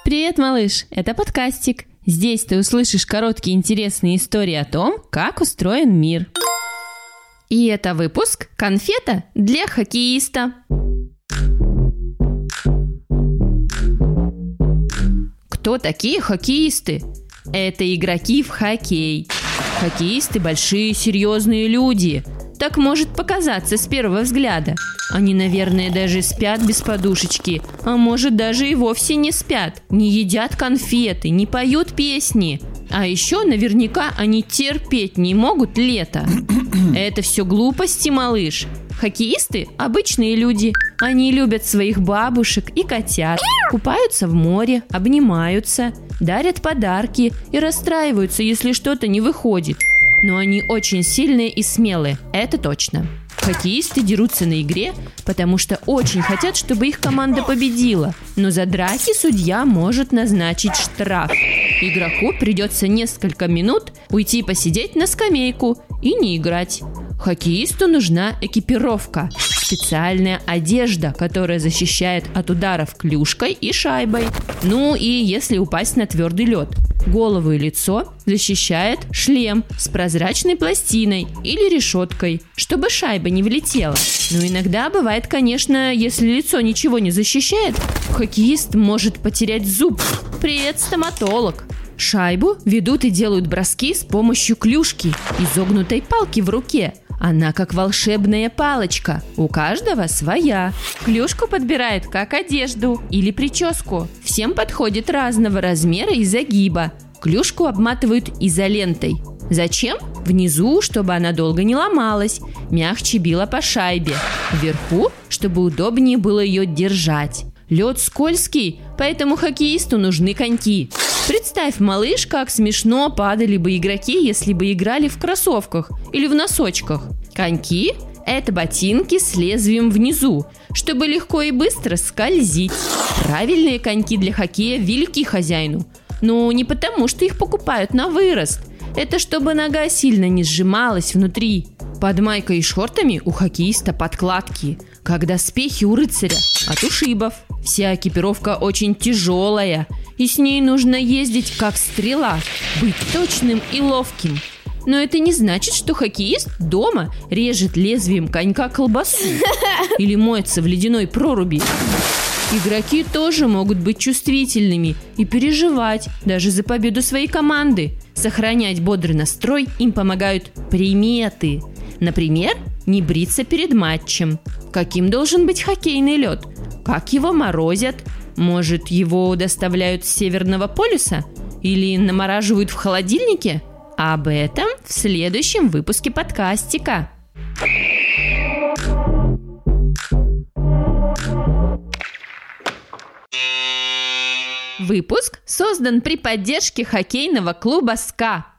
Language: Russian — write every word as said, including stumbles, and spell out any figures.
Привет, малыш! Это подкастик. Здесь ты услышишь короткие интересные истории о том, как устроен мир. И это выпуск «Конфета для хоккеиста». Кто такие хоккеисты? Это игроки в хоккей. Хоккеисты – большие серьезные люди. Так может показаться с первого взгляда. Они, наверное, даже спят без подушечки, а может, даже и вовсе не спят, не едят конфеты, не поют песни. А еще наверняка они терпеть не могут лето. Это все глупости, малыш. Хоккеисты – обычные люди. Они любят своих бабушек и котят, купаются в море, обнимаются, дарят подарки и расстраиваются, если что-то не выходит. Но они очень сильные и смелые, это точно. Хоккеисты дерутся на игре, потому что очень хотят, чтобы их команда победила. Но за драки судья может назначить штраф. Игроку придется несколько минут уйти посидеть на скамейку и не играть. Хоккеисту нужна экипировка, специальная одежда, которая защищает от ударов клюшкой и шайбой. Ну и если упасть на твердый лед. Голову и лицо защищает шлем с прозрачной пластиной или решеткой, чтобы шайба не влетела. Но иногда бывает, конечно, если лицо ничего не защищает, хоккеист может потерять зуб. Привет, стоматолог! Шайбу ведут и делают броски с помощью клюшки, изогнутой палки в руке. Она как волшебная палочка, у каждого своя. Клюшку подбирают как одежду или прическу. Всем подходит разного размера и загиба. Клюшку обматывают изолентой. Зачем? Внизу, чтобы она долго не ломалась, мягче била по шайбе. Вверху, чтобы удобнее было ее держать. Лед скользкий, поэтому хоккеисту нужны коньки. Представь, малыш, как смешно падали бы игроки, если бы играли в кроссовках или в носочках. Коньки – это ботинки с лезвием внизу, чтобы легко и быстро скользить. Правильные коньки для хоккея велики хозяину. Но не потому, что их покупают на вырост. Это чтобы нога сильно не сжималась внутри. Под майкой и шортами у хоккеиста подкладки, как доспехи у рыцаря от ушибов. Вся экипировка очень тяжелая, и с ней нужно ездить как стрела, быть точным и ловким. Но это не значит, что хоккеист дома режет лезвием конька колбасу или моется в ледяной проруби. Игроки тоже могут быть чувствительными и переживать даже за победу своей команды. Сохранять бодрый настрой им помогают приметы. Например, не бриться перед матчем. Каким должен быть хоккейный лед? Как его морозят? Может, его доставляют с Северного полюса? Или намораживают в холодильнике? Об этом в следующем выпуске подкастика. Выпуск создан при поддержке хоккейного клуба СКА.